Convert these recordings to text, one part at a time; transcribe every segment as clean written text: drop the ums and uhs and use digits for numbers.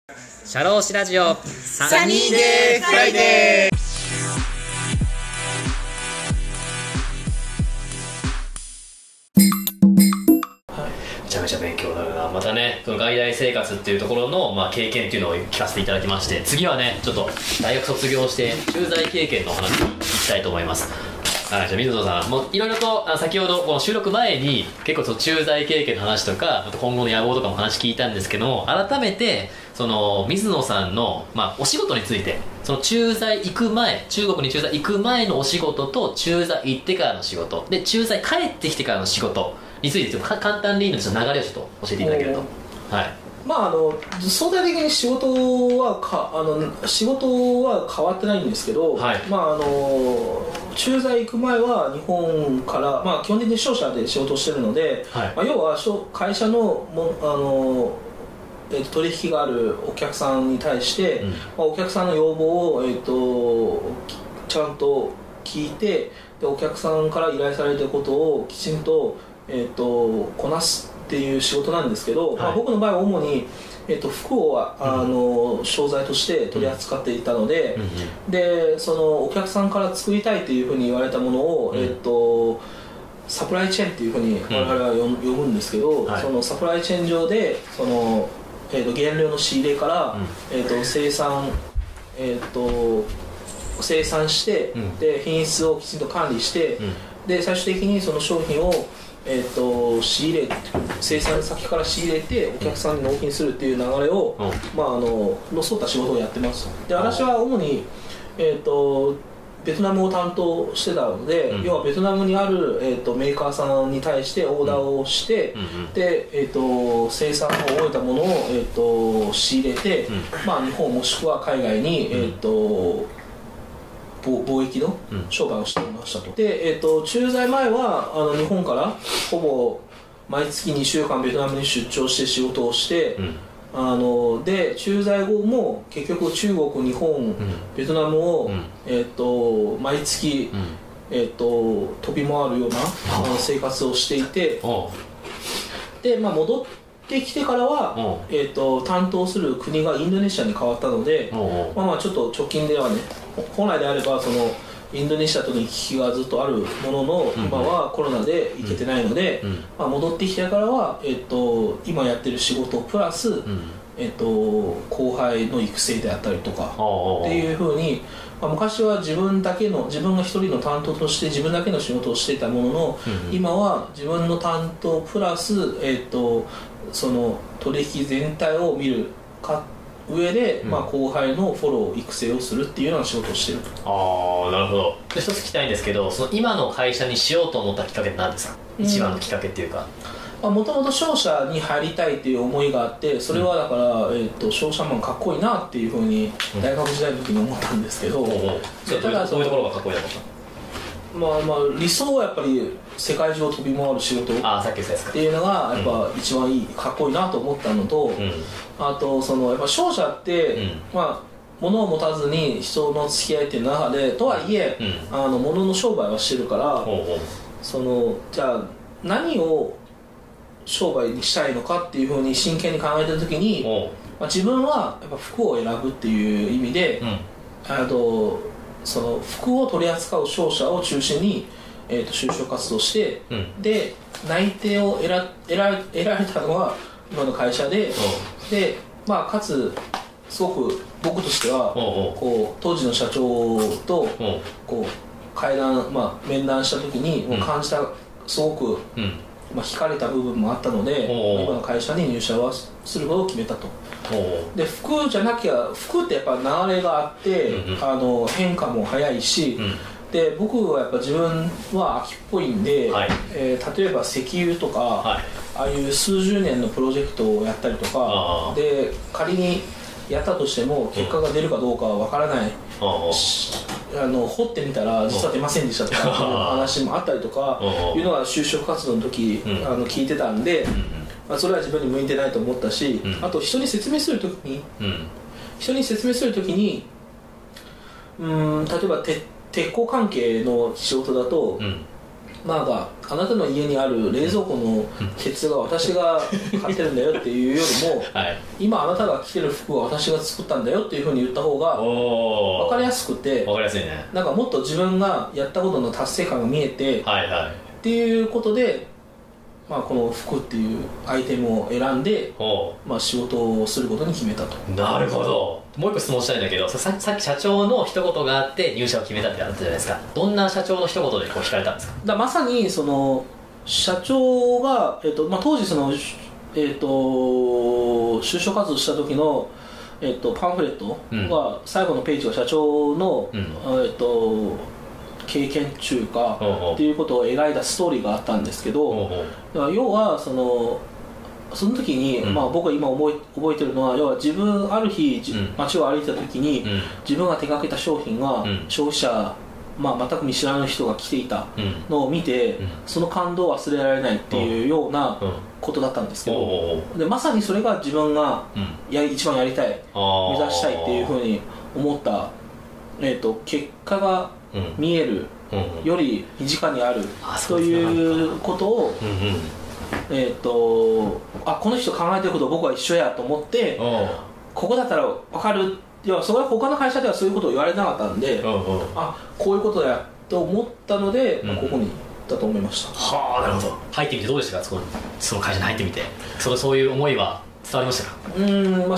シャローシラジオサニーデーフライデー。 めちゃめちゃ勉強だな。またね、その外来生活っていうところの、経験っていうのを聞かせていただきまして、次はねちょっと大学卒業して駐在経験のお話に聞きたいと思います。はい、じゃあ水野さん、もういろいろと先ほどこの収録前に結構その駐在経験の話とか、あと今後の野望とかも話聞いたんですけども、改めてその水野さんの、お仕事について、その駐在行く前、中国に駐在行く前のお仕事と駐在行ってからの仕事で、駐在帰ってきてからの仕事についてちょっと簡単でいいので流れをちょっと教えていただけると。はい。 相対的に仕事は変わってないんですけど、 はい、 駐在行く前は日本から、基本的に商社で仕事をしているので、 はい、 要は会社の取引があるお客さんに対して、お客さんの要望を、ちゃんと聞いて、でお客さんから依頼されていることをきちんと、こなすっていう仕事なんですけど、 はい、 僕の場合は主に、服を商材として取り扱っていたので、でそのお客さんから作りたいというふうに言われたものを、サプライチェーンっていうふうに我々は呼ぶんですけど、そのサプライチェーン上でその、原料の仕入れから、生産して、で品質をきちんと管理して、で最終的にその商品を生産先から仕入れてお客さんに納品するっていう流れを、の沿った仕事をやってます。で私は主に、ベトナムを担当してたので、要はベトナムにある、メーカーさんに対してオーダーをして、で、生産を終えたものを、仕入れて、日本もしくは海外に、貿易の商売をしていましたと。で、駐在前は日本からほぼ毎月2週間ベトナムに出張して仕事をして、で駐在後も結局中国、日本、ベトナムを、毎月、飛び回るような生活をしていて、で、戻ってきてからは、担当する国がインドネシアに変わったので、ちょっと直近ではね、本来であればそのインドネシアとの行き来がずっとあるものの、今はコロナで行けてないので、戻ってきてからは、今やってる仕事プラス、後輩の育成であったりとかっていうふうに、昔は自分が一人の担当として自分だけの仕事をしていたものの、今は自分の担当プラス、その取引全体を見る上で、後輩のフォロー育成をするっていうような仕事をしていると。 なるほど。一つ聞きたいんですけど、その今の会社にしようと思ったきっかけって何ですか？一番のきっかけっていうか。 もともと商社に入りたいっていう思いがあって、それはだから、商社マンかっこいいなっていうふうに大学時代の時に思ったんですけど、 ただそういうところがかっこいいなと思った。 理想はやっぱり世界中を飛び回る仕事っていうのがやっぱ一番いい、かっこいいなと思ったのと、あとそのやっぱ商社って、物を持たずに人の付き合いっていう中でとはいえ、物の商売はしてるから、そのじゃあ何を商売にしたいのかっていうふうに真剣に考えた時に、自分はやっぱ服を選ぶっていう意味で、その服を取り扱う商社を中心に、就職活動して、で内定を得られたのは今の会社で、で、かつすごく僕としてはこう当時の社長とこう面談した時にもう感じた、すごく惹かれた部分もあったので、今の会社に入社はすることを決めたと。で服じゃなきゃ、服ってやっぱ流れがあって、変化も早いし、で僕はやっぱ自分は秋っぽいんで、例えば石油とか、ああいう数十年のプロジェクトをやったりとかで、仮にやったとしても結果が出るかどうかは分からない、掘ってみたら実は出ませんでしたとかいう話もあったりとかいうのが就職活動の時、聞いてたんで、それは自分に向いてないと思ったし、あと人に説明する時に、例えば鉄鋼関係の仕事だと、 なんかあなたの家にある冷蔵庫のケツが私が買ってるんだよっていうよりも、はい、今あなたが着てる服は私が作ったんだよっていうふうに言った方が分かりやすくて、 分かりやすいね。 なんかもっと自分がやったことの達成感が見えて、はいはい、っていうことで、まあ、この服っていうアイテムを選んで、まあ、仕事をすることに決めたと。 なるほど。もう一個質問したいんだけど、さっき社長の一言があって入社を決めたってあったじゃないですか。どんな社長の一言でこう惹かれたんですか？ まさにその社長が、まあ、当時その、就職活動した時の、パンフレットが、最後のページが社長の、経験中かっていうことを描いたストーリーがあったんですけど、要はその時に、まあ、僕が今覚えてるのは、要は自分ある日街を歩いた時に、自分が手掛けた商品が消費者、まあ、全く見知らぬ人が来ていたのを見て、その感動を忘れられないっていうようなことだったんですけど、でまさにそれが自分が一番やりたい、目指したいっていうふうに思った、結果が見えるより身近にあるということを、この人考えてることを僕は一緒やと思って、ここだったら分かる。いや、それは他の会社ではそういうことを言われなかったんで、こういうことだと思ったので、ここに行ったと思いました。 はあ、なるほど。入ってみてどうでしたか？その会社に入ってみて、そういう思いは伝わりましたか？ ま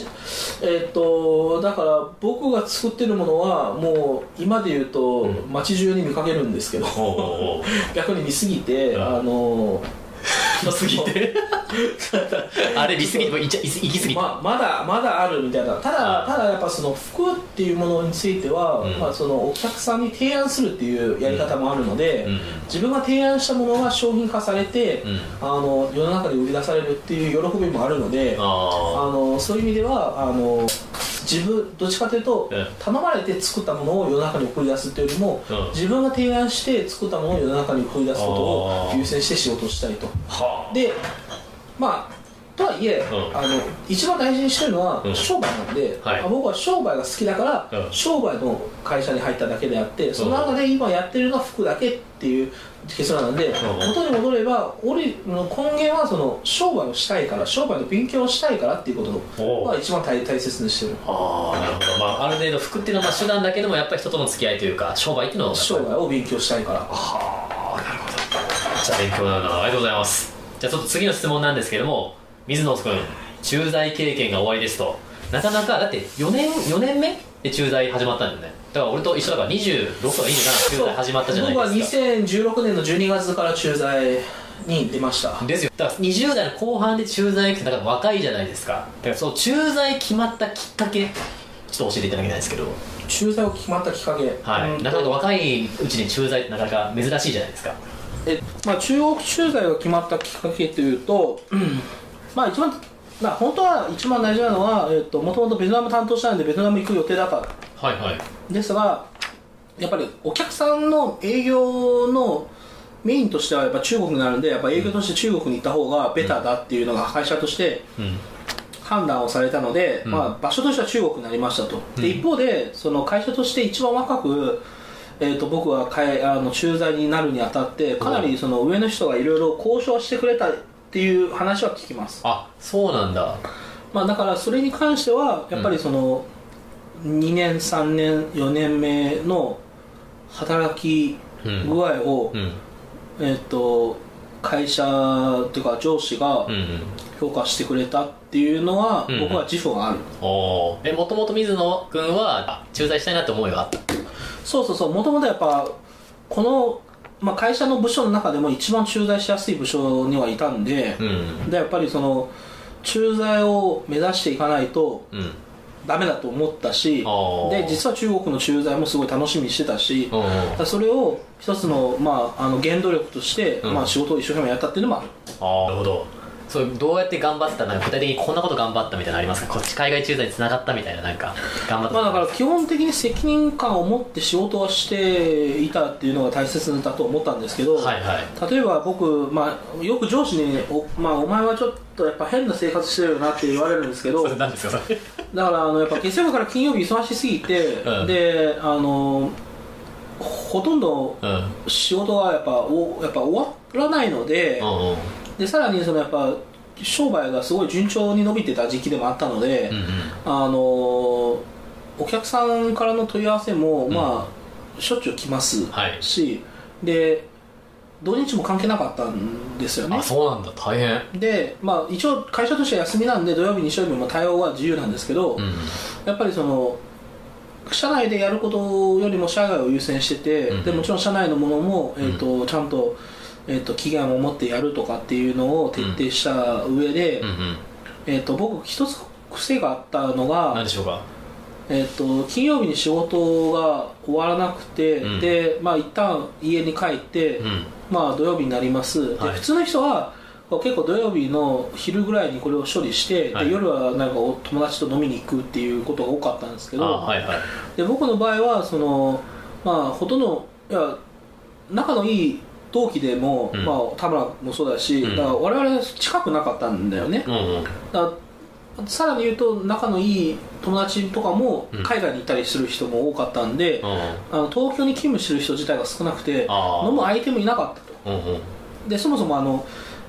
あだから僕が作ってるものはもう今で言うと街中に見かけるんですけど、逆に見すぎて見すぎてあれ見すぎても行きすぎて、 まだあるみたいな。ただやっぱその服っていうものについては、まあ、そのお客さんに提案するっていうやり方もあるので、自分が提案したものが商品化されて、世の中に売り出されるっていう喜びもあるので、そういう意味では自分どっちかというと、頼まれて作ったものを世の中に送り出すっていうよりも、自分が提案して作ったものを世の中に送り出すことを優先して仕事をしたいと。でまあとはいえ、一番大事にしてるのは商売なんで、僕は商売が好きだから、商売の会社に入っただけであって、その中で今やってるのは服だけっていう結論なんで、元に戻れば俺の根源はその商売をしたいから、商売の勉強をしたいからっていうことが一番大切にしてる。 なるほど。まあ、ある程度服っていうのは手段だけども、やっぱり人との付き合いというか商売っていうのを商売を勉強したいから。 なるほど。じゃあ勉強になるな。ありがとうございます。じゃあちょっと次の質問なんですけども、水野君、駐在経験が終わりですと。なかなかだって4年目で駐在始まったんだよね。だから俺と一緒だから26とか27駐在始まったじゃないですか。 僕は2016年の12月から駐在に出ました。 ですよ。だから20代の後半で駐在ってだから若いじゃないですか。だからその駐在決まったきっかけちょっと教えていただきたいんですけど。 駐在を決まったきっかけ、 なかなか若いうちに駐在ってなかなか珍しいじゃないですか。 まあ、中国駐在が決まったきっかけというと、まあ一番、本当は一番大事なのは、もともとベトナム担当したんでベトナム行く予定だった、ですが、やっぱりお客さんの営業のメインとしてはやっぱ中国になるんで、やっぱ営業として中国に行った方がベターだっていうのが会社として判断をされたので、まあ、場所としては中国になりましたと。で一方でその会社として一番若く僕は駐在になるにあたってかなりその上の人がいろいろ交渉してくれたっていう話は聞きます。 あ、そうなんだ。 まあ、だからそれに関してはやっぱりその2年3年4年目の働き具合を、会社というか上司が評価してくれたっていうのは僕は自負がある。 もともと水野君は駐在したいなって思いがあった？ そうもともとやっぱこの、まあ、会社の部署の中でも一番駐在しやすい部署にはいたんで、でやっぱりその駐在を目指していかないとダメだと思ったし、で実は中国の駐在もすごい楽しみにしてたし、それを一つの、まあ、原動力として、まあ、仕事を一生懸命やったっていうのもある。 なるほど。そうどうやって頑張ったなんか具体的にこんなこと頑張ったみたいなのありますか？こっち海外駐在につながったみたいな、なんか頑張った、 まあ、だから基本的に責任感を持って仕事はしていたっていうのが大切だと思ったんですけど、例えば僕、まあ、よく上司にお前はちょっとやっぱ変な生活してるよなって言われるんですけど、 それ何ですかそれ？だからやっぱ月曜日から金曜日忙しすぎて、でほとんど仕事はやっぱ終わらないので、でさらにそのやっぱ商売がすごい順調に伸びてた時期でもあったので、お客さんからの問い合わせも、まあしょっちゅう来ますし、で土日も関係なかったんですよね。 あ、そうなんだ、大変で、まあ、一応会社としては休みなんで土曜日日曜日も対応は自由なんですけど、やっぱりその社内でやることよりも社外を優先してて、でもちろん社内のものも、ちゃんと、期限を持ってやるとかっていうのを徹底した上で、僕一つ癖があったのが、 何でしょうか。 金曜日に仕事が終わらなくて、で、まあ、一旦家に帰って、まあ、土曜日になります、で普通の人は結構土曜日の昼ぐらいにこれを処理して、で夜はなんか友達と飲みに行くっていうことが多かったんですけど、で僕の場合はその、まあ、ほとんど仲のいい同期でも、まあ、田村もそうだし、だから我々近くなかったんだよね、だからさらに言うと仲のいい友達とかも海外に行ったりする人も多かったんで、東京に勤務してる人自体が少なくて飲む相手もいなかったと、でそもそも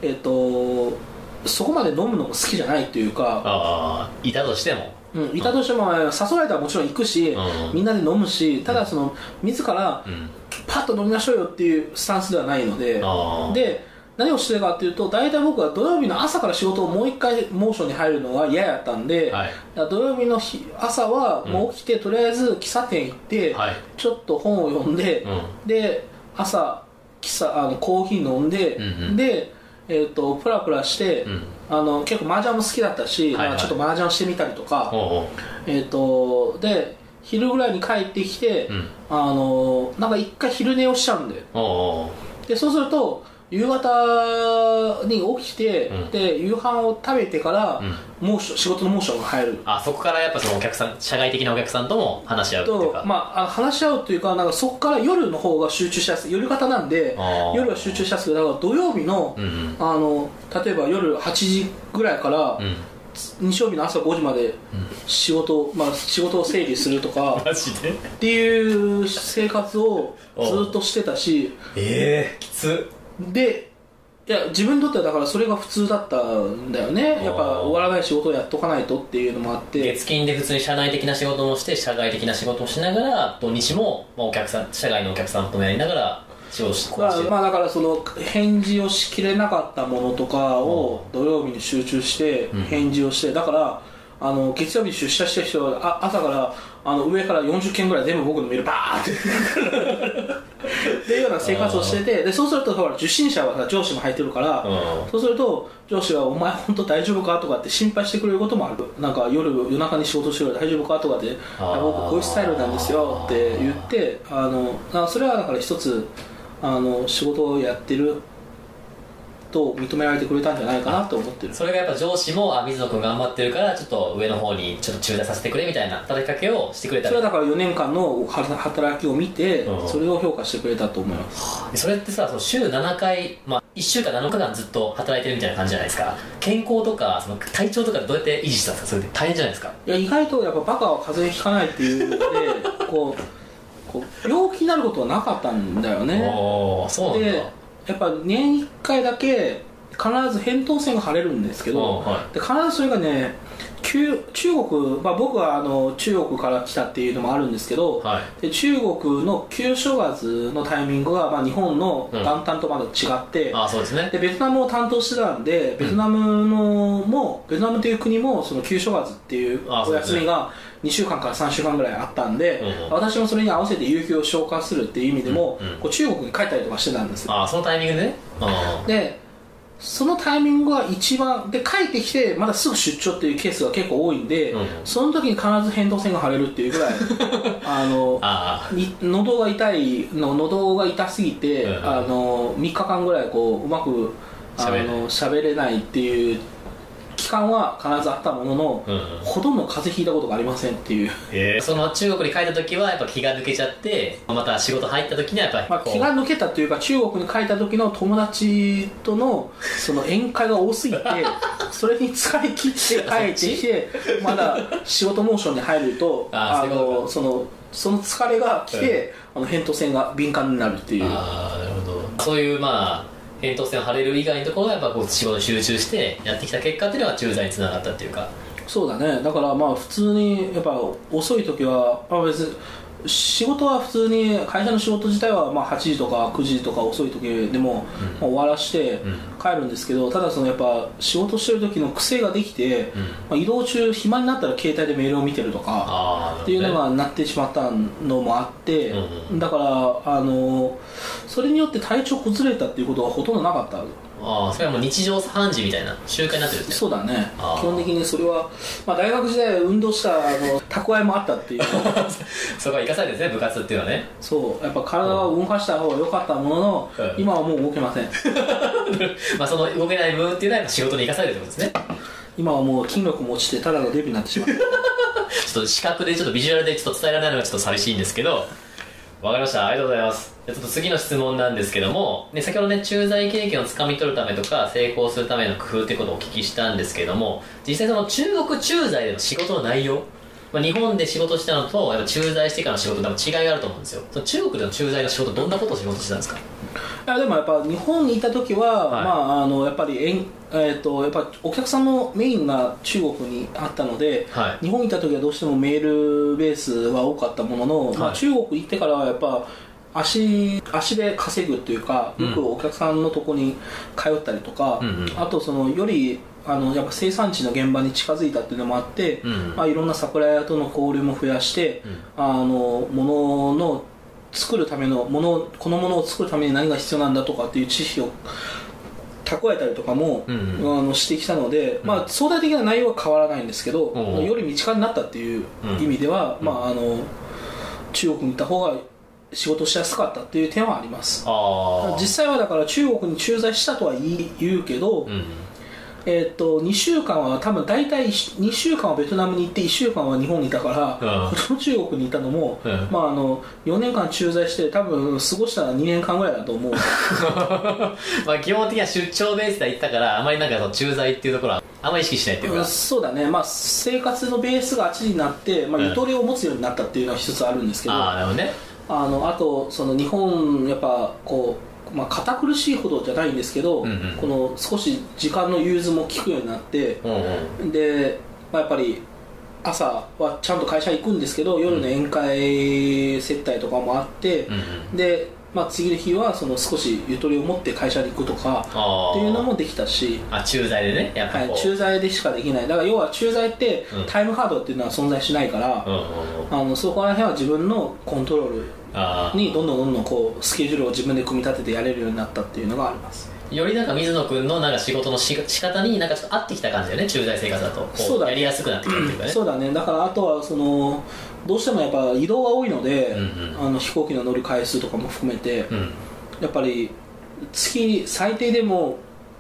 そこまで飲むのも好きじゃないというか、 いたとしても、 いたとしても誘われたらもちろん行くし、みんなで飲むし、ただその自らパッと飲みましょうよっていうスタンスではないので、で何をしてるかっていうと、大体僕は土曜日の朝から仕事をもう一回モーションに入るのが嫌やったんで、土曜日の朝はもう起きて、とりあえず喫茶店行って、ちょっと本を読んで、で朝コーヒー飲んで、でプラプラして、結構麻雀も好きだったし、ちょっと麻雀してみたりとか、で昼ぐらいに帰ってきて、なんか一回昼寝をしちゃうんで、でそうすると夕方に起きて、で夕飯を食べてから、仕事のモーションが入る。 そこからやっぱそのお客さん、社外的なお客さんとも話し合うっていうか、 まあ、話し合うというか、なんかそこから夜の方が集中しやすい、夜型なんで夜は集中しやすい。だから土曜日の、例えば夜8時ぐらいから、日曜日の朝5時まで仕事を整理するとかっていう生活をずっとしてたし、 きつで、いや自分にとってはだからそれが普通だったんだよね。やっぱ終わらない仕事をやっとかないとっていうのもあって、 月金で普通に社内的な仕事もして社外的な仕事をしながら、土日も、お客さん、社外のお客さんともやりながら仕事してまあだからその返事をしきれなかったものとかを土曜日に集中して返事をして、だから月曜日出社した人は朝から上から40件ぐらい全部僕のメールバーってっていうような生活をしてて、でそうするとほら受信者はさ上司も入ってるから、そうすると上司が「お前本当大丈夫か?」とかって心配してくれることもある。なんか夜中に仕事してるから大丈夫かとかで「僕こういうスタイルなんですよ」って言って、それはだから一つ仕事をやってると認められてくれたんじゃないかなと思ってる。 それがやっぱ上司も水野君頑張ってるからちょっと上の方にちょっと駐在させてくれみたいな働きかけをしてくれた。 それはだから4年間の働きを見て、それを評価してくれたと思います。 それってさ、その週7回、1週間7日間ずっと働いてるみたいな感じじゃないですか。健康とかその体調とかどうやって維持したんですか。それって大変じゃないですか。 いや意外とやっぱバカは風邪ひかないっていうのでこう病気になることはなかったんだよね。 そうなんだ。 でやっぱ年1回だけ必ず扁桃腺が腫れるんですけど、で必ずそれがね中国、僕は中国から来たっていうのもあるんですけど、で中国の旧正月のタイミングが、日本の元旦とまだ違って、 そうですね。 でベトナムを担当してたんで、ベトナムという国もその旧正月っていうお休みが2週間から3週間ぐらいあったんで、私もそれに合わせて有給を消化するっていう意味でも、こう中国に帰ったりとかしてたんですよ。 そのタイミングでね。 でそのタイミングが一番で帰ってきてまだすぐ出張っていうケースが結構多いんで、その時に必ず扁桃腺が腫れるっていうぐらい喉が痛すぎて、3日間ぐらいうまく喋れないっていう期間は必ずあったものの、ほとんど風邪ひいたことがありませんっていう。 その中国に帰った時はやっぱ気が抜けちゃって、また仕事入った時にはやっぱり、気が抜けたというか、中国に帰った時の友達とのその宴会が多すぎてそれに使い切って帰ってきてまだ仕事モーションに入るとそのその疲れが来て、扁桃腺が敏感になるっていう。 ああ、なるほど。そういうまあ扁桃腺を腫れる以外のところはやっぱこう仕事に集中してやってきた結果っていうのが駐在につながったっていうか。 そうだね。だからまあ普通にやっぱ遅い時は、まあ、別に仕事は普通に会社の仕事自体はまあ8時とか9時とか遅い時でもまあ終わらして帰るんですけど、ただそのやっぱ仕事してる時の癖ができて、まあ、移動中暇になったら携帯でメールを見てるとかっていうのがなってしまったのもあって、だからそれによって体調崩れたっていうことがほとんどなかった。 ああ、それはもう日常茶飯事みたいな習慣になってるんですね。 そうだね。基本的にそれは、まあ、大学時代運動した蓄えもあったっていうそこは生かされてるんですね、部活っていうのはね。 そうやっぱ体を動かした方が良かったものの、今はもう動けませんまあその動けない部分っていうのはやっぱ仕事に生かされてるってことですね。 今はもう筋力も落ちてただのデブになってしまうちょっと視覚でちょっとビジュアルでちょっと伝えられないのがちょっと寂しいんですけど、わかりました、ありがとうございます。ちょっと次の質問なんですけども、ね、先ほどね駐在経験をつかみ取るためとか成功するための工夫っていうことをお聞きしたんですけども、実際その中国駐在での仕事の内容、まあ、日本で仕事したのとやっぱ駐在してからの仕事と違いがあると思うんですよ。その中国での駐在の仕事、どんなことを仕事してたんですか？ いやでもやっぱ日本にいた時は、はい、まあやっぱりやっぱお客さんのメインが中国にあったので、はい、日本にいた時はどうしてもメールベースは多かったものの、はい、まあ、中国行ってからはやっぱ足で稼ぐというか、よくお客さんのとこに通ったりとか、あとそのよりやっぱ生産地の現場に近づいたっていうのもあって、まあ、いろんなサプライヤーとの交流も増やして、ものの作るためのこのものを作るために何が必要なんだとかっていう知識を蓄えたりとかも、してきたので、まあ、相対的な内容は変わらないんですけど、より身近になったっていう意味では、まあ、中国に行った方が仕事しやすかったっていう点はあります。実際はだから中国に駐在したとは言うけど、2週間は多分大体2週間はベトナムに行って1週間は日本にいたから、この中国にいたのも、まあ、4年間駐在して多分過ごしたら2年間ぐらいだと思うまあ基本的には出張ベースで行ったから、あまりなんか駐在っていうところはあまり意識しないっていうか、 そうだね、まあ、生活のベースがあっちになって、まあ、ゆとりを持つようになったっていうのは一つあるんですけど、 なるほどね。 あとその日本やっぱこう、まあ、堅苦しいほどじゃないんですけど、この少し時間の融通も利くようになって、で、まあ、やっぱり朝はちゃんと会社行くんですけど、夜の宴会接待とかもあって、で、まあ、次の日はその少しゆとりを持って会社に行くとかっていうのもできたし、 駐在でね、やっぱり、 はい、駐在でしかできない。だから要は駐在ってタイムカードっていうのは存在しないから、そこら辺は自分のコントロールにどんどんこうスケジュールを自分で組み立ててやれるようになったっていうのがあります。 よりなんか水野君のなんか仕事の仕方になんかちょっと合ってきた感じだよね、駐在生活だと。そうだね、やりやすくなってくるっていうかね。そうだね。だからあとはそのどうしてもやっぱ移動が多いので、飛行機の乗る回数とかも含めて、やっぱり月最低でも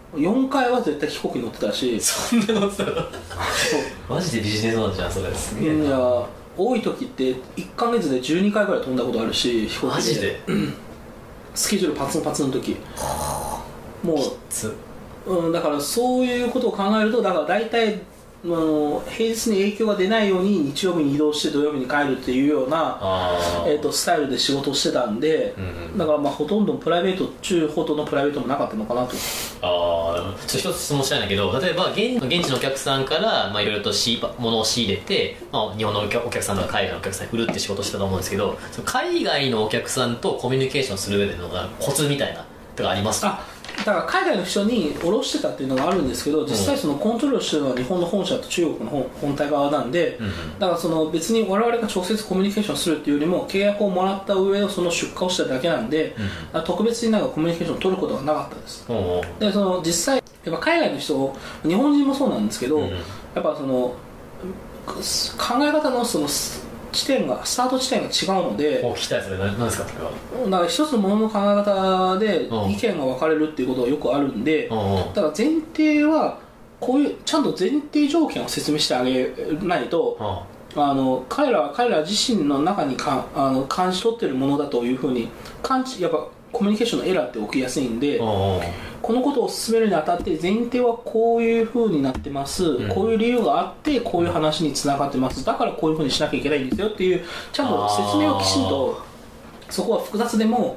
4回は絶対飛行機乗ってたし。そんな乗ってたのマジでビジネスマンじゃん、それ。すげえな。 いや多い時って1ヶ月で12回ぐらい飛んだことあるし、飛行機で。 マジでスケジュールパツンパツンの時もう、だからそういうことを考えると、だから大体平日に影響が出ないように日曜日に移動して土曜日に帰るっていうような、スタイルで仕事をしてたんで、だからまあほとんどプライベート中ほどのプライベートもなかったのかなと。 ちょっと一つ質問したいんだけど、例えば現地のお客さんからいろいろと物を仕入れて、日本のお客さんとか海外のお客さんに売るって仕事をしてたと思うんですけど、海外のお客さんとコミュニケーションする上でのコツみたいなとかありますか？ だから海外の人に卸してたっていうのがあるんですけど、実際そのコントロールしてるのは日本の本社と中国の本体側なんで、だからその別に我々が直接コミュニケーションするっていうよりも契約をもらった上をその出荷をしただけなんで、特別になんかコミュニケーションを取ることがなかったです。でその実際やっぱ海外の人、日本人もそうなんですけど、やっぱその考え方のそのスタート地点が違うので、 聞きたいですね。何ですかそれは。 だから一つのものの考え方で意見が分かれるっていうことがよくあるんで、だから前提はこういうちゃんと前提条件を説明してあげないと、彼ら自身の中に感じ取ってるものだというふうにやっぱコミュニケーションのエラーって起きやすいんで、コこのことを進めるにあたって前提はこういう風になってます、こういう理由があってこういう話につながってます、だからこういう風にしなきゃいけないんですよっていうちゃんと説明をきちんと、そこは複雑でも、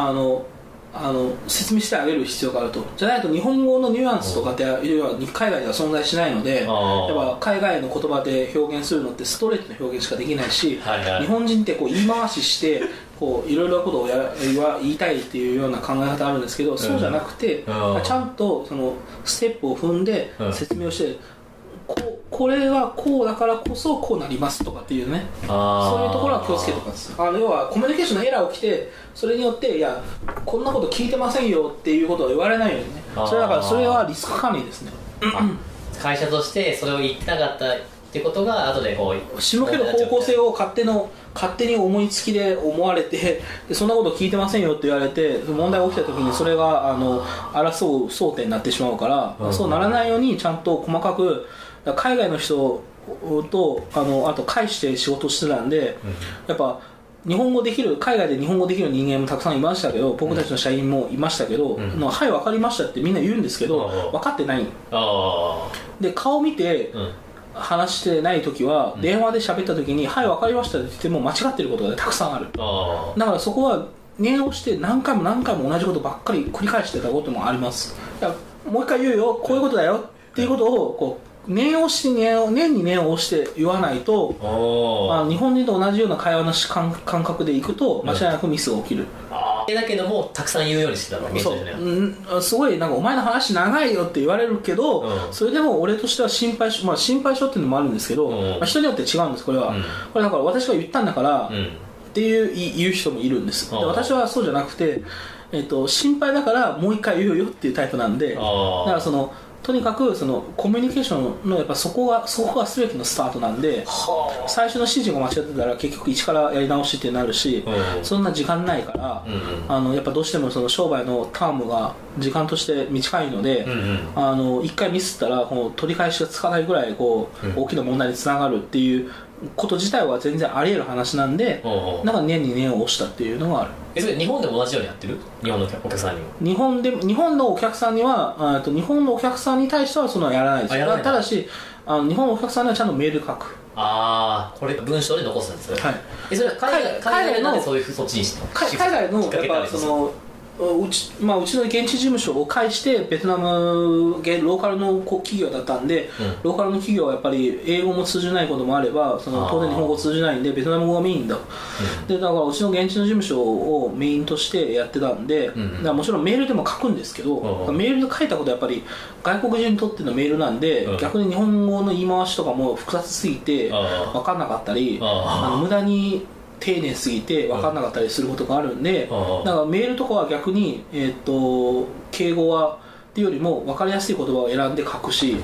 説明してあげる必要があると。じゃないと日本語のニュアンスとかっていうのは海外では存在しないので、やっぱ海外の言葉で表現するのってストレートな表現しかできないし、日本人ってこう言い回ししてこういろいろなことを言いたいっていうような考え方あるんですけど、そうじゃなくて、ちゃんとそのステップを踏んで説明をして、これはこうだからこそこうなりますとかっていうね、そういうところは気をつけてます。要はコミュニケーションのエラー起きて、それによっていやこんなこと聞いてませんよっていうことを言われないようにね、それだからそれはリスク管理ですね。 会社としてそれを言ってなかったってことが後でこう仕向ける方向性を勝手に思いつきで思われて、そんなこと聞いてませんよって言われて問題が起きた時にそれが争う争点になってしまうから、そうならないようにちゃんと細かく海外の人とあと介して仕事してたんで、やっぱ日本語できる海外で日本語できる人間もたくさんいましたけど、僕たちの社員もいましたけど、はい分かりましたってみんな言うんですけど分かってないで、顔見て話してない時は電話で喋った時にはい分かりましたって言っても間違ってることがたくさんある。だからそこは念をして何回も何回も同じことばっかり繰り返してたこともあります。もう一回言うよ、こういうことだよっていうことをこう念に念を押して言わないと、日本人と同じような会話の感覚でいくと間違いなくミスが起きる。 だけどもたくさん言うようにしてたわけですね。すごいなんかお前の話長いよって言われるけど、それでも俺としては心配性っていうのもあるんですけど、人によって違うんです。これは、これだから私が言ったんだから、って言う人もいるんです。で私はそうじゃなくて、心配だからもう一回言うよっていうタイプなんで、だからとにかくそのコミュニケーションのやっぱそこが全てのスタートなんで、最初の指示が間違ってたら結局一からやり直しってなるし、そんな時間ないから、やっぱどうしてもその商売のタームが時間として短いので、一回ミスったらこう取り返しがつかないぐらいこう大きな問題につながるっていうこと自体は全然あり得る話なんで、なんか年に年を押したっていうのがある。 それ日本でも同じようにやってる？日本のお客さんにも。 日本のお客さんには日本のお客さんに対してはそのはやらないです。ただし日本のお客さんにはちゃんとメール書く。 これ文章で残すんですよ。 はい。 それは海外のそういうそっちにして海外のやっぱそのうちの現地事務所を介してベトナムローカルの企業だったんで、ローカルの企業はやっぱり英語も通じないこともあれば当然日本語通じないんでベトナム語がメインだ、でだからうちの現地の事務所をメインとしてやってたんで、だからもちろんメールでも書くんですけど、メールで書いたことはやっぱり外国人にとってのメールなんで、逆に日本語の言い回しとかも複雑すぎて分かんなかったり、無駄に丁寧すぎて分かんなかったりすることがあるんで、だからメールとかは逆に、敬語はっていうよりも分かりやすい言葉を選んで書くし、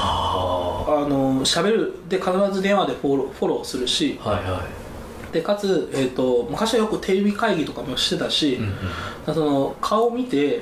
喋るで必ず電話でフォローするし、でかつ、昔はよくテレビ会議とかもしてたし、その顔を見て、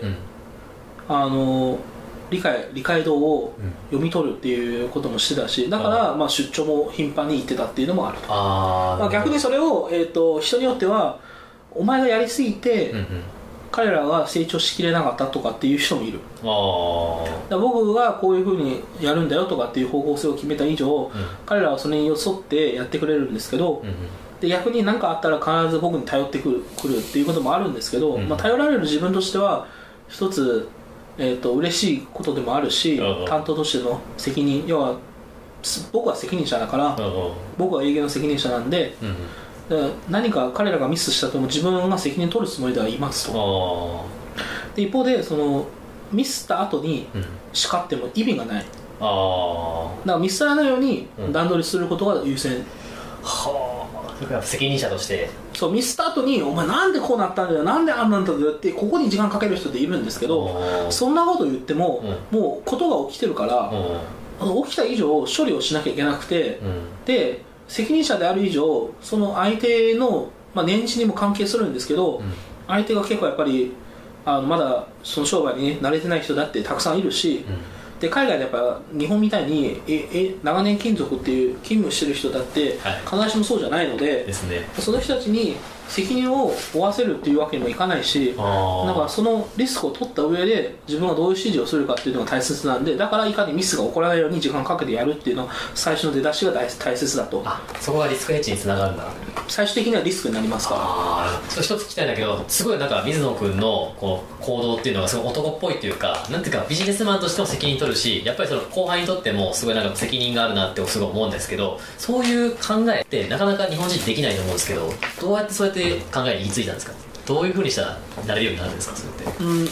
理解度を読み取るっていうこともしてたし、だから出張も頻繁に行ってたっていうのもあると。逆にそれを、人によってはお前がやりすぎて、彼らが成長しきれなかったとかっていう人もいる。だ僕がこういうふうにやるんだよとかっていう方向性を決めた以上、彼らはそれに沿ってやってくれるんですけど、で逆に何かあったら必ず僕に頼ってくるっていうこともあるんですけど、頼られる自分としては一つ嬉しいことでもあるし、担当としての責任、要は僕は責任者だから、僕は営業の責任者なんで、何か彼らがミスしたとも自分が責任取るつもりではいますと。で一方でそのミスった後に叱っても意味がない。だからミスらないように段取りすることが優先。 責任者としてそうミスった後にお前なんでこうなったんだよ、なんであんなんだよってここに時間かける人っているんですけど、そんなこと言っても、もうことが起きてるから、起きた以上処理をしなきゃいけなくて、で責任者である以上その相手の、年次にも関係するんですけど、相手が結構やっぱりまだその商売に、慣れてない人だってたくさんいるし、 で海外でやっぱ日本みたいに長年勤続っていう勤務してる人だって必ずしもそうじゃないので、 ですね、 その人たちに責任を負わせるっていうわけにもいかないし、なんかそのリスクを取った上で自分がどういう指示をするかっていうのが大切なんで、だからいかにミスが起こらないように時間をかけてやるっていうのは最初の出だしが大切だと。 そこがリスクヘッジにつながるんだ。 最終的にはリスクになりますから。 一つ聞きたいんだけど、すごいなんか水野君のこう行動っていうのがすごい男っぽいっていうか、なんていうかビジネスマンとしても責任取るし、やっぱりその後輩にとってもすごいなんか責任があるなってすごい思うんですけど、そういう考えってなかなか日本人できないと思うんですけど、どうやってそうやって考えに行き着いたんですか？どういうふうにしたらなれるようになるんですか？それって、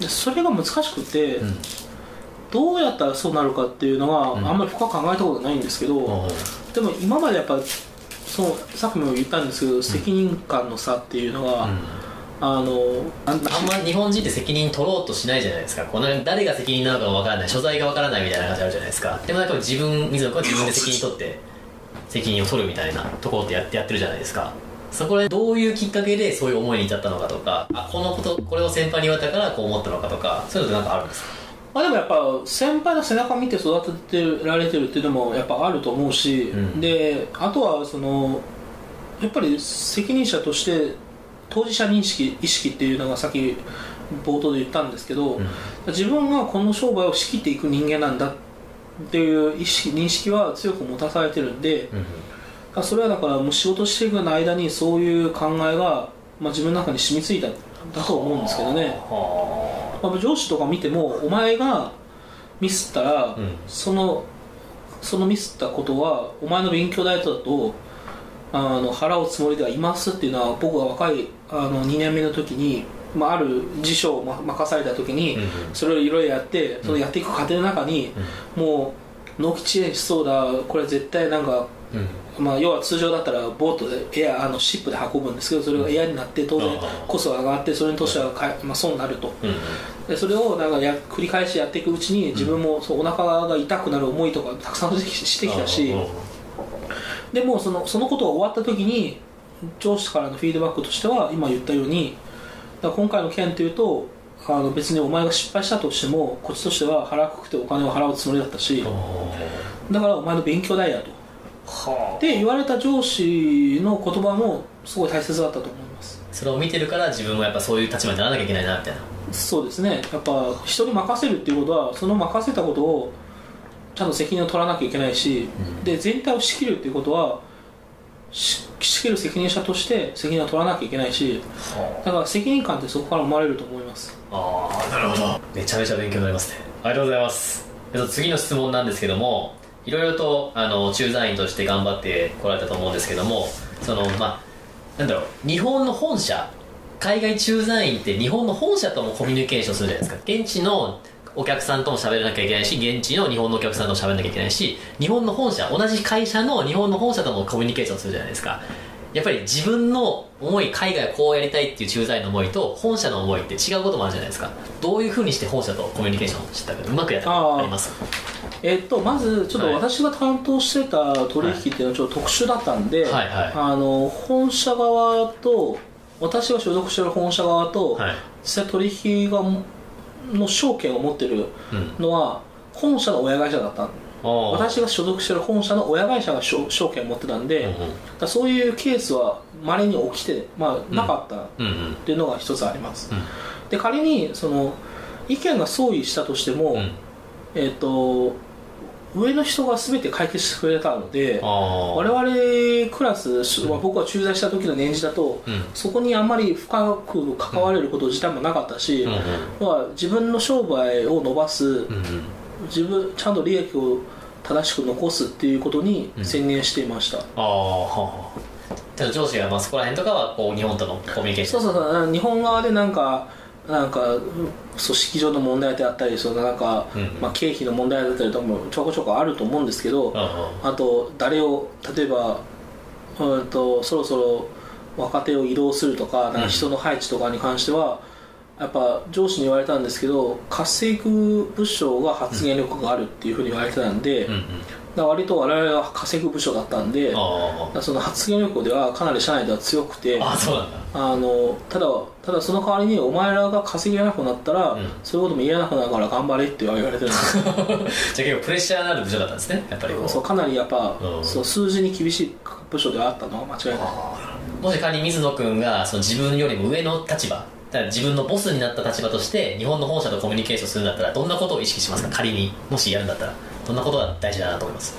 それが難しくて、どうやったらそうなるかっていうのはあんまり深く考えたことないんですけど、でも今までやっぱさっきも言ったんですけど、責任感の差っていうのが、あんま日本人って責任取ろうとしないじゃないですか。この誰が責任なのかもわからない、所在がわからないみたいな感じあるじゃないですか。でもなんか水野君は自分で責任取って責任を取るみたいなところってやってるじゃないですか。そこでどういうきっかけでそういう思いに至ったのかとか、これを先輩に言われたからこう思ったのかとか、そういうのってなんかあるんですか？ でもやっぱ先輩の背中を見て育ててられてるっていうのもやっぱあると思うし、であとはやっぱり責任者として当事者意識っていうのがさっき冒頭で言ったんですけど、自分がこの商売を仕切っていく人間なんだっていう認識は強く持たされてるんで、それはだからもう仕事していく間にそういう考えが、自分の中に染みついたんだと思うんですけどね。上司とか見てもお前がミスったら、そのミスったことはお前の勉強代だと払うつもりではいますっていうのは、僕が若い2年目の時に、ある辞書を任された時に、それをいろいろやって、そのやっていく過程の中に、もう納期遅延しそうだ、これ絶対なんか、要は通常だったらボートでシップで運ぶんですけど、それがエアになって当然コストが上がって、それにとしては損になると。でそれをなんか繰り返しやっていくうちに、自分もお腹が痛くなる思いとかたくさんしてきたし、でもそのことが終わった時に上司からのフィードバックとしては、今言ったように、だから今回の件というと別にお前が失敗したとしてもこっちとしては腹くくってお金を払うつもりだったし、だからお前の勉強代やとって言われた上司の言葉もすごい大切だったと思います。 それを見てるから自分もやっぱそういう立場にならなきゃいけないなみたいな。 そうですね、やっぱ人に任せるっていうことは、その任せたことをちゃんと責任を取らなきゃいけないし、で全体を仕切るっていうことは仕切る責任者として責任を取らなきゃいけないし、だから責任感ってそこから生まれると思います。 なるほど、めちゃめちゃ勉強になりますね。ありがとうございます。次の質問なんですけども、いろいろと駐在員として頑張ってこられたと思うんですけども、日本の本社、海外駐在員って日本の本社ともコミュニケーションするじゃないですか。現地のお客さんとも喋らなきゃいけないし、現地の日本のお客さんとも喋らなきゃいけないし、日本の本社、同じ会社の日本の本社ともコミュニケーションするじゃないですか。やっぱり自分の思い、海外をこうやりたいっていう駐在員の思いと本社の思いって違うこともあるじゃないですか。どういうふうにして本社とコミュニケーションしたか、うまくやったかあります？ まずちょっと私が担当してた取引っていうのはちょっと特殊だったんで、本社側と私が所属している本社側と、実際取引の証券を持ってるのは本社の親会社だった。私が所属している本社の親会社が証券を持ってたんで、そういうケースは稀に起きて、なかったっていうのが一つあります。で仮にその意見が相違したとしても、上の人が全て解決してくれたので、我々クラス、僕が駐在した時の年次だと、そこにあんまり深く関われること自体もなかったし、自分の商売を伸ばす、ちゃんと利益を正しく残すっていうことに専念していました。 上司がそこら辺とかはこう日本とのコミュニケーション、 そう日本側でなんか組織上の問題であったり、経費の問題だったりとかもちょこちょこあると思うんですけど、あと誰を例えばそろそろ若手を移動するとか、人の配置とかに関してはやっぱ上司に言われたんですけど、家政婦部署が発言力があるっていうふうに言われてたんで、だから割と我々は家政婦部署だったんで、その発言力ではかなり社内では強くて、 そうなんだ。 ただその代わりにお前らが稼げなくなったら、そういうことも言えなくなるから頑張れって言われてるんですよ。 じゃあ結構プレッシャーのある部署だったんですね、やっぱり。 そう、かなりやっぱ、そう数字に厳しい部署ではあったのは間違いない。 もし仮に水野君がその自分よりも上の立場、だから自分のボスになった立場として日本の本社とコミュニケーションするんだったらどんなことを意識しますか？仮にもしやるんだったらどんなことが大事だなと思います？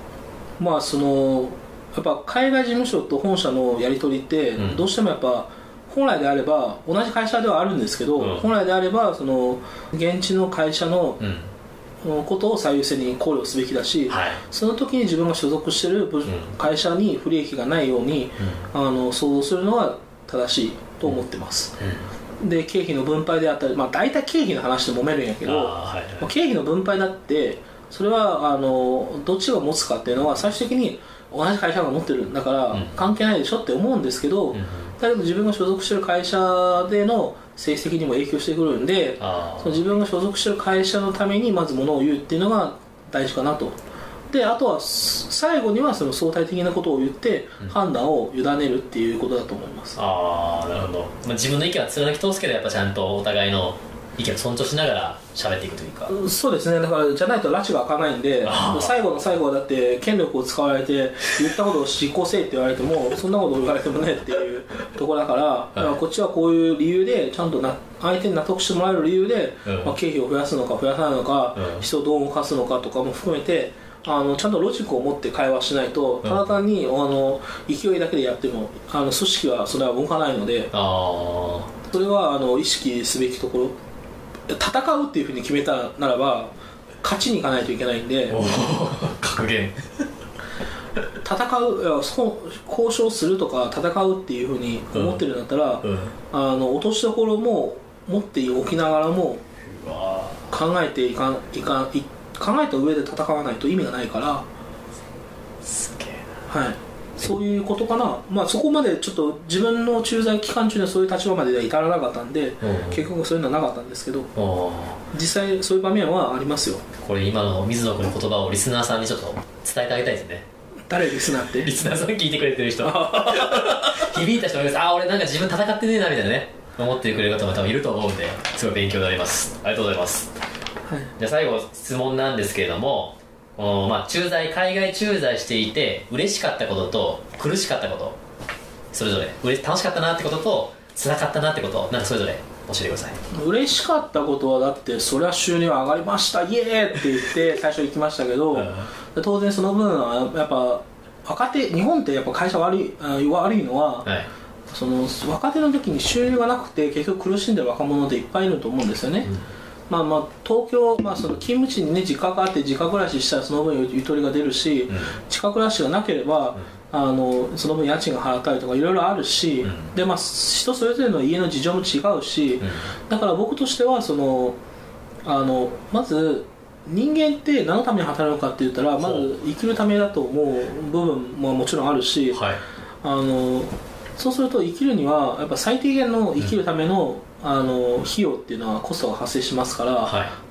やっぱ海外事務所と本社のやり取りってどうしてもやっぱ本来であれば同じ会社ではあるんですけど、本来であればその現地の会社のことを最優先に考慮すべきだし、その時に自分が所属している会社に不利益がないように想像するのが正しいと思ってます。で経費の分配であったり、大体経費の話で揉めるんやけど、経費の分配だってそれはどっちが持つかっていうのは最終的に同じ会社が持ってるんだから関係ないでしょって思うんですけど、だけど自分が所属している会社での成績にも影響してくるんで、その自分が所属している会社のためにまずものを言うっていうのが大事かなと。であとは最後にはその相対的なことを言って判断を委ねるっていうことだと思います。 なるほど。自分の意見は貫き通すけどやっぱちゃんとお互いの意見を尊重しながら喋っていくというか。 そうですね。だからじゃないと拉致が開かないんで、最後の最後はだって権力を使われて言ったことを実行せえって言われてもそんなこと言われてもねっていうところだから、だからこっちはこういう理由でちゃんと相手に納得してもらえる理由で、経費を増やすのか増やさないのか、人をどう動かすのかとかも含めてちゃんとロジックを持って会話しないと、ただ単に勢いだけでやっても組織はそれは動かないので、それは意識すべきところ。戦うっていうふうに決めたならば勝ちにいかないといけないんで、 格言戦う、交渉するとか戦うっていうふうに思ってるんだったら、落としどころも持っておきながらも考えて考えた上で戦わないと意味がないから。 すげえな。 そういうことかな。そこまでちょっと自分の駐在期間中にはそういう立場までは至らなかったんで、結局そういうのはなかったんですけど、実際そういう場面はありますよ。 これ今の水野君の言葉をリスナーさんにちょっと伝えてあげたいですね。 誰リスナーって？ リスナーさん聞いてくれてる人響いた人もいます。俺なんか自分戦ってねえなみたいなね思ってくれる方も多分いると思うんで、すごい勉強になります。ありがとうございます。じゃあ最後質問なんですけれども、海外駐在していて嬉しかったことと苦しかったことそれぞれ、楽しかったなってことと辛かったなってことなんかそれぞれ教えてください。嬉しかったことはだってそれは収入上がりましたイエーって言って最初行きましたけど、当然その分はやっぱ日本ってやっぱ会社悪いのは、その若手の時に収入がなくて結局苦しんでる若者っていっぱいいると思うんですよね。東京、その勤務地にね実家があって実家暮らししたらその分ゆとりが出るし、近く暮らしがなければ、その分家賃が払ったりとかいろいろあるし、で人それぞれの家の事情も違うし、だから僕としてはまず人間って何のために働くかって言ったらまず生きるためだと思う部分ももちろんあるし、そうすると生きるにはやっぱ最低限の生きるための費用っていうのはコストが発生しますから、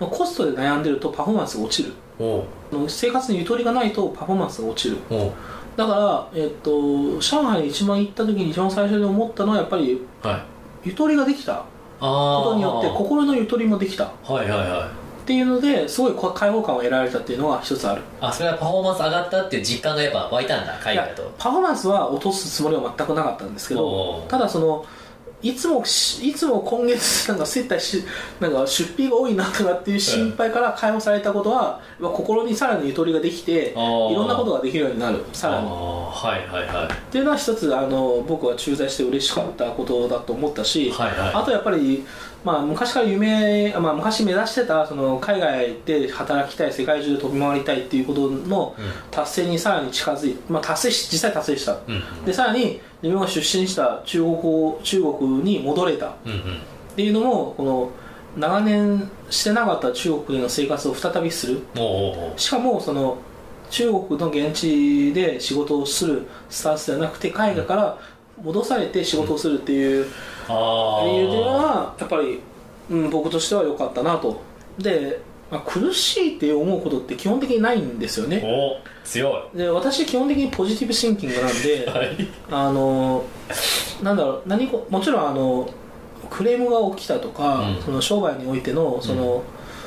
コストで悩んでるとパフォーマンスが落ちる。生活にゆとりがないとパフォーマンスが落ちる。だから、上海に一番行った時に一番最初に思ったのはやっぱり、ゆとりができたことによって心のゆとりもできたっていうのですごい開放感を得られたっていうのが一つある。 それはパフォーマンス上がったっていう実感がやっぱ湧いたんだ。海外だとパフォーマンスは落とすつもりは全くなかったんですけど、ただいつも今月なんか接待なんか出費が多いなとかっていう心配から解放されたことは、心にさらにゆとりができていろんなことができるようになる。さらにっていうのは一つ僕は駐在して嬉しかったことだと思ったし、あとやっぱり昔から昔目指してた海外で働きたい、世界中で飛び回りたいっていうことの達成にさらに近づいて、実際達成した、でさらに自分が出身した中国に戻れたっていうのも、この長年してなかった中国での生活を再びする。しかも中国の現地で仕事をするスタンスではなくて海外から戻されて仕事をするっていう理由ではやっぱり僕としては良かったなと。で、苦しいって思うことって基本的にないんですよね。 お強い。 で、私基本的にポジティブシンキングなんで、はい、なんだろう、もちろんクレームが起きたとか、その商売においてのその、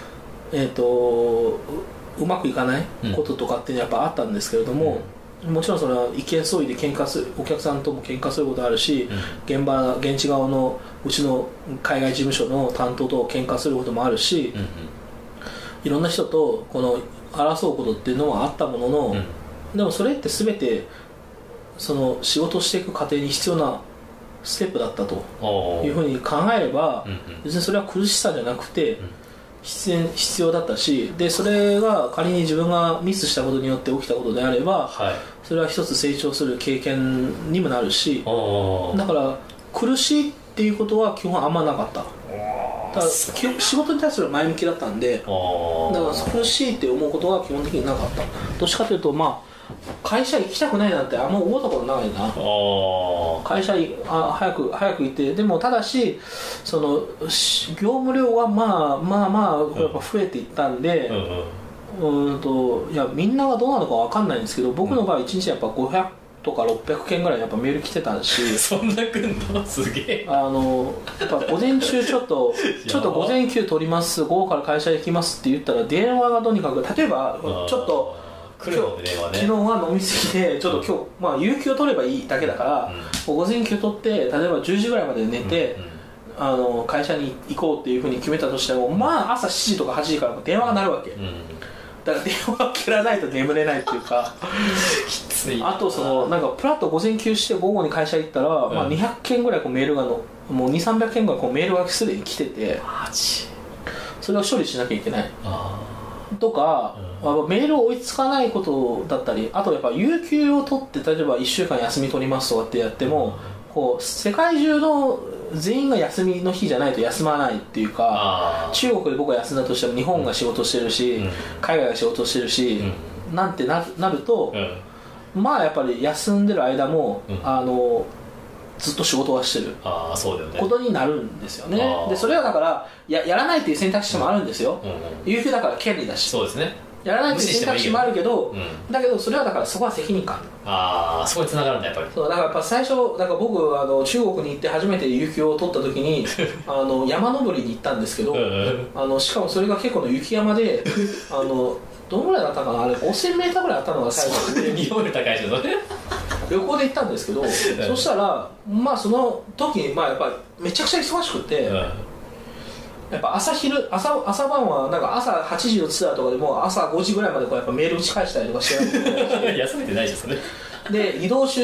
うまくいかないこととかってやっぱあったんですけれども、もちろんそれは意見相違で喧嘩する、お客さんとも喧嘩することあるし、現地側のうちの海外事務所の担当と喧嘩することもあるし、いろんな人とこの争うことっていうのはあったものの、でもそれって全てその仕事をしていく過程に必要なステップだったというふうに考えれば、別にそれは苦しさじゃなくて必要だったし、でそれが仮に自分がミスしたことによって起きたことであれば、それは一つ成長する経験にもなるし、だから苦しいっていうことは基本あんまなかった。だから仕事に対する前向きだったんで、だから苦しいって思うことは基本的になかった。どっちかというと、会社行きたくないなんてあんま思ったことないな。会社早く行って、でもただしその業務量はやっぱ増えていったんで、いやみんながどうなのか分かんないんですけど、僕の場合1日やっぱ500とか600件ぐらいやっぱメール来てたしそんな来んのすげえ。 やっぱ午前中ちょっと午前休取ります、午後から会社行きますって言ったら電話がとにかく、例えばちょっと来るので電話ね、 昨日は飲みすぎてちょっと今日、有給を取ればいいだけだから、午前休取って例えば10時ぐらいまで寝て、会社に行こうっていうふうに決めたとしても、朝7時とか8時から電話が鳴るわけ、だから電話を切らないと眠れないっていうかきつい。 あとなんかプラッと午前休して午後に会社行ったら、200件ぐらいメールがもう200-300件ぐらいメールがすでに来てて、それを処理しなきゃいけないとか、メールを追いつかないことだったり、あとやっぱ有給を取って例えば1週間休み取りますとかってやっても、世界中の全員が休みの日じゃないと休まないっていうか、中国で僕が休んだとしても日本が仕事してるし、海外が仕事してるし、なんてなると、やっぱり休んでる間も、ずっと仕事はしてることになるんですよね。でそれはだからやらないっていう選択肢もあるんですよ、有給だから権利だし、 そうですね、 やらないっていう選択肢もあるけど、だけどそれはだからそこは責任感、 そこに繋がるんだやっぱり。 そうだからやっぱ最初だから僕中国に行って初めて有給を取った時に山登りに行ったんですけど、しかもそれが結構の雪山でどのぐらいだったかな、あれ 5000m ぐらいあったのが最後日本より高いでしょ旅行で行ったんですけどそしたらその時にやっぱりめちゃくちゃ忙しくて、やっぱ朝晩はなんか朝8時のツアーとかでも朝5時ぐらいまでやっぱメール打ち返したりとかして休めてないじゃんそれで移動中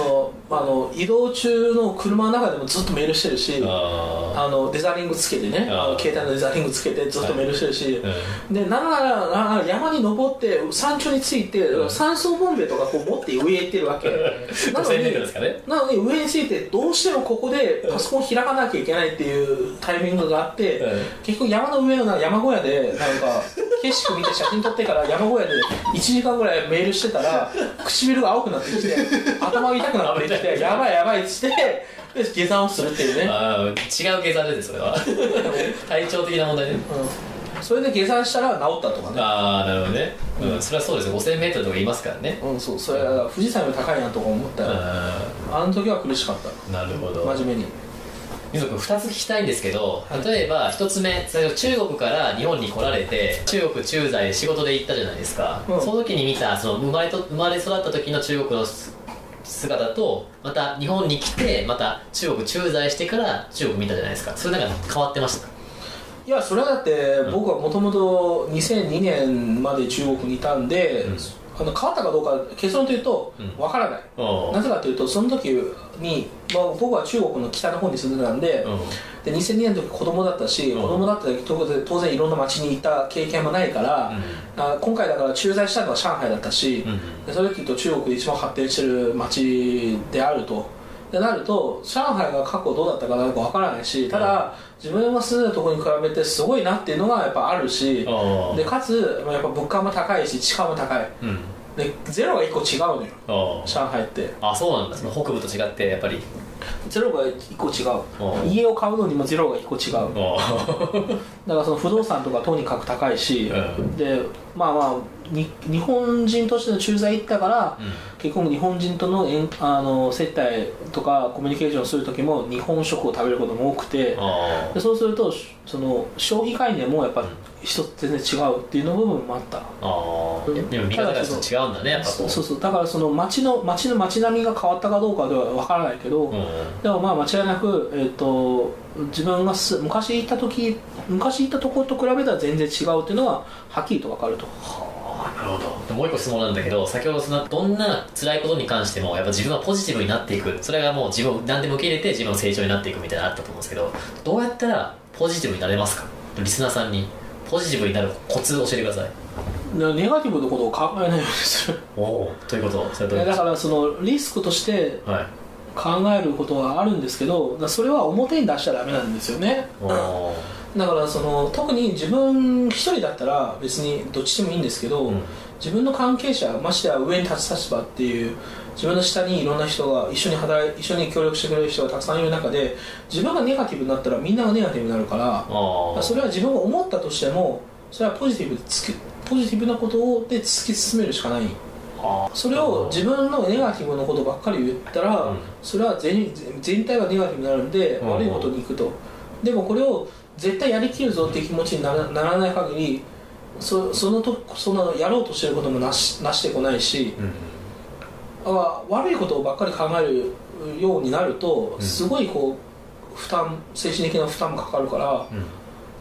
の車の中でもずっとメールしてるし、デザリングつけてね、携帯のデザリングつけてずっとメールしてるし、でなんなら山に登って山頂に着いて、酸素ボンベとか持って上へ行ってるわけなのに上に着いてどうしてもここでパソコン開かなきゃいけないっていうタイミングがあって、結局山の上の山小屋でなんか景色見て写真撮ってから山小屋で1時間ぐらいメールしてたら唇が青くなってきて頭が痛くなってきてやばいやばいっつって下山をするっていうね。 違う下山ですそれは体調的な問題ね、 それで下山したら治ったとかね。 なるほどね、それはそうですよ、5000m とか言いますからね。 そうそれは富士山より高いなとか思ったよ。あの時は苦しかった。 なるほど。 真面目に水野君2つ聞きたいんですけど、例えば1つ目、中国から日本に来られて中国駐在仕事で行ったじゃないですか、その時に見たその生まれ育った時の中国の姿と、また日本に来てまた中国駐在してから中国見たじゃないですか。それなんか変わってましたか？ いやそれはだって僕はもともと2002年まで中国にいたんで、変わったかどうか結論というと分からない、なぜかというとその時に、僕は中国の北の方に住んでたんで、で2002年の時子供だったし、子供だった時当然いろんな街に行った経験もないから、今回だから駐在したのは上海だったし、でそれっていうと中国で一番発展してる街であると。でなると上海が過去どうだったかなんか分からないし、ただ自分が住んでるところに比べてすごいなっていうのがやっぱあるし、でかつやっぱ物価も高いし地価も高い、でゼロが1個違うのよ上海って。 そうなんだ、その北部と違ってやっぱりゼロが1個違う。家を買うのにもゼロが1個違う。だからその不動産とかとにかく高いし、でまあまあ日本人としての駐在行ったから、結構日本人との接待とかコミュニケーションする時も日本食を食べることも多くて、でそうするとその消費概念もやっぱ一つ全然違うっていうの部分もあった。 でも見方がちょっと違うんだね、やっぱそうだからその街の街並みが変わったかどうかでは分からないけど、でもまあ間違いなく、自分が昔行ったところと比べたら全然違うっていうのははっきりと分かると。 なるほど。もう一個質問なんだけど、先ほどどんな辛いことに関してもやっぱ自分はポジティブになっていく、それがもう自分を何でも受け入れて自分の成長になっていくみたいなのあったと思うんですけど、どうやったらポジティブになれますか？リスナーさんにポジティブになるコツを教えてください。 ネガティブなことを考えないようにする。 ということ。それどういうこと？ だからそのリスクとして考えることはあるんですけど、それは表に出しちゃダメなんですよね。だからその特に自分一人だったら別にどっちでもいいんですけど、自分の関係者、ましてや上に立つ立場っていう、自分の下にいろんな人が一緒に協力してくれる人がたくさんいる中で、自分がネガティブになったらみんながネガティブになるから、それは自分が思ったとしてもそれはポジティブなことで突き進めるしかない。それを自分のネガティブなことばっかり言ったら、それは全体がネガティブになるんで悪いことに行くと。でもこれを絶対やりきるぞっていう気持ちにならない限り、そのやろうとしてることもなしてこないし、悪いことばっかり考えるようになるとすごいこう精神的な負担もかかるから、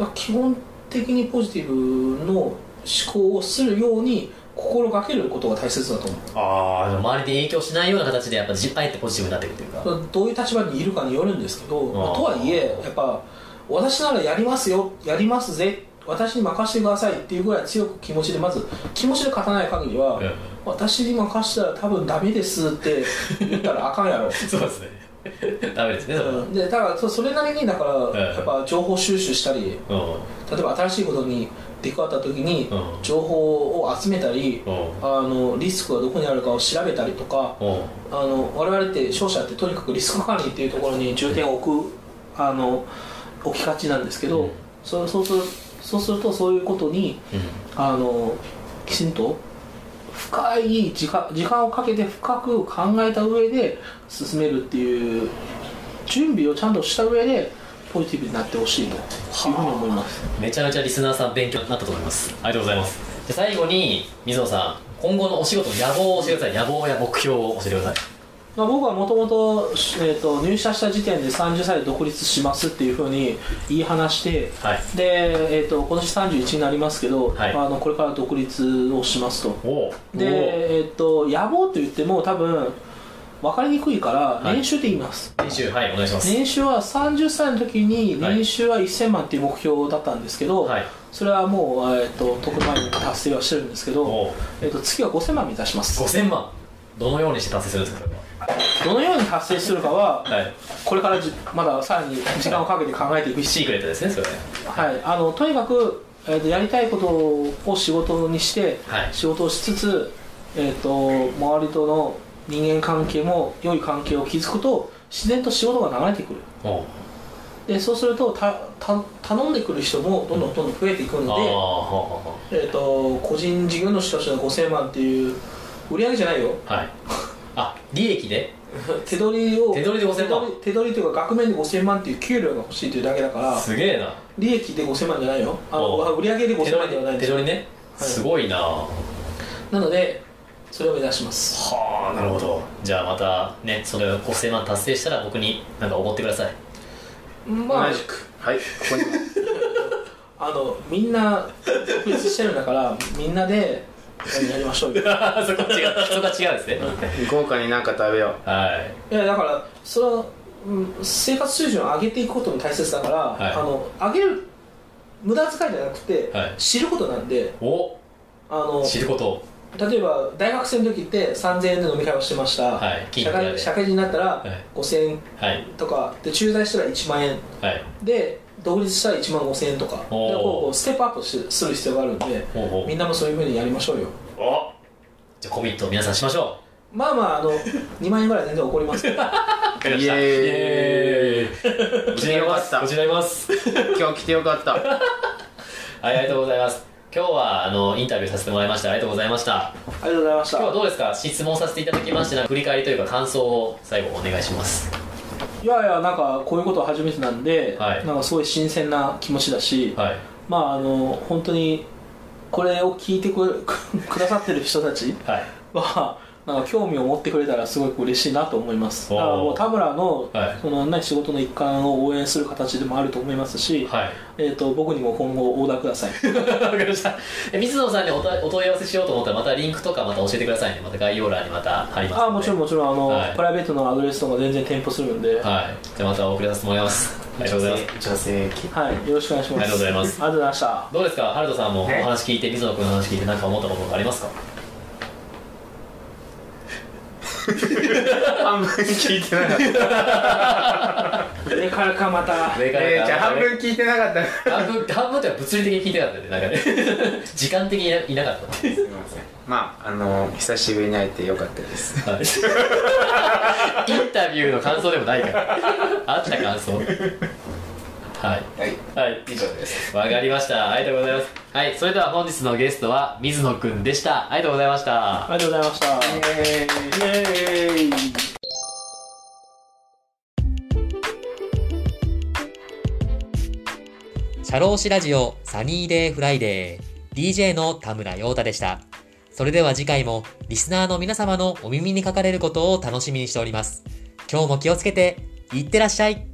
基本的にポジティブの思考をするように心がけることが大切だと思う。 周りで影響しないような形でやっぱあえてポジティブになっていくというか、 どういう立場にいるかによるんですけど、とはいえやっぱ私ならやりますよ、やりますぜ、私に任せてくださいっていうぐらい強く気持ちで勝たない限りは、私に任せたら多分ダメですって言ったらあかんやろ。 そうですね。ダメですね。 でだからそれなりにだからやっぱ情報収集したり、例えば新しいことに出くわった時に情報を集めたり、リスクがどこにあるかを調べたりとか、我々って商社ってとにかくリスク管理っていうところに重点を置きがちなんですけど、そうするとそういうことに、きちんと深い時間をかけて深く考えた上で進めるっていう準備をちゃんとした上でポジティブになってほしいというふうに思います。 めちゃめちゃリスナーさん勉強になったと思います。ありがとうございます。で最後に水野さん、今後のお仕事の野望を教えてください。野望や目標を教えてください。 僕はもともと入社した時点で30歳で独立しますっていうふうに言い放して、で、今年31になりますけど、これから独立をしますと。で、野望と言っても多分分かりにくいから年収って言います。 年収、お願いします。 年収は30歳の時に年収は1000万っていう目標だったんですけど、それはもう、特番に達成はしてるんですけど、次は5000万目指します。 5000万どのようにして達成するんですか？ どのように達成するかは、これからまださらに時間をかけて考えていくシークレットですね、それ。 とにかく、やりたいことを仕事にして、仕事をしつつ、周りとの人間関係も良い関係を築くと自然と仕事が流れてくる。でそうすると頼んでくる人もどんどん増えていくので、個人事業主としての5000万っていう売り上げじゃないよ。 利益で手取りで 5000万、 手取りというか額面で5000万っていう給料が欲しいというだけだから。 すげえな。 利益で5000万じゃないよ。売り上げで5000万ではないんですよ。 手取りね、すごいな。 なのでそれを目指します。 なるほど。じゃあまたね、それを5000万達成したら僕に何かおごってください。 同じくここにみんな独立してるんだからみんなでやりましょうよ。 そこは違うんですね。 豪華に何か食べよう。 いやだからそれは、生活水準を上げていくことも大切だから、上げる無駄遣いじゃなくて、知ることなんで。 知ること。 例えば大学生の時って3000円で飲み会をしてました、社会人になったら5000円とかで、駐在したら1万円、で独立したら1万5000円とかでこうステップアップする必要があるんで、みんなもそういうふうにやりましょうよ。 じゃあコミットを皆さんしましょう。2万円ぐらい全然起こりますけどかりました。イエーイ。 来てよかった。 こちらいます。 今日来てよかった。 はい、ありがとうございます。今日はインタビューさせてもらいました。ありがとうございました。 ありがとうございました。 今日はどうですか、質問させていただきまして、振り返りというか感想を最後お願いします。 いやいや、なんかこういうことは初めてなんで、 はい、 なんかすごい新鮮な気持ちだし、 はい、 まあ本当にこれを聞いてくださってる人たちは、なんか興味を持ってくれたらすごく嬉しいなと思います。だからもう田村の、そのね、仕事の一環を応援する形でもあると思いますし、はい、僕にも今後オーダーください。 わかりました。水野さんにお問い合わせしようと思ったらまたリンクとかまた教えてくださいね。また概要欄にまた貼りますので。 もちろんもちろんはい、プライベートのアドレスとか全然添付するんで、 はい、じゃあまたお送りさせてもらいます。ありがとうございます。 女性はい、よろしくお願いします。 ありがとうございます。 ありがとうございました。 どうですか、ハルトさんもお話聞いて、水野君の話聞いて何か思ったことありますか？ 半分聞いてなかった上からかまたじゃあ半分聞いてなかった半分って物理的に聞いてなかったんで、なんかね時間的にいなかった。すみません。 まあ久しぶりに会えてよかったです、 はい、インタビューの感想でもないからあった感想。はい、はい、 以上です。 わかりました。ありがとうございます。はい、それでは本日のゲストは水野くんでした。ありがとうございました。 ありがとうございました。イエーイ。 社労士ラジオサニーデイフライデー DJ の田村陽太でした。それでは次回もリスナーの皆様のお耳にかかれることを楽しみにしております。今日も気をつけていってらっしゃい。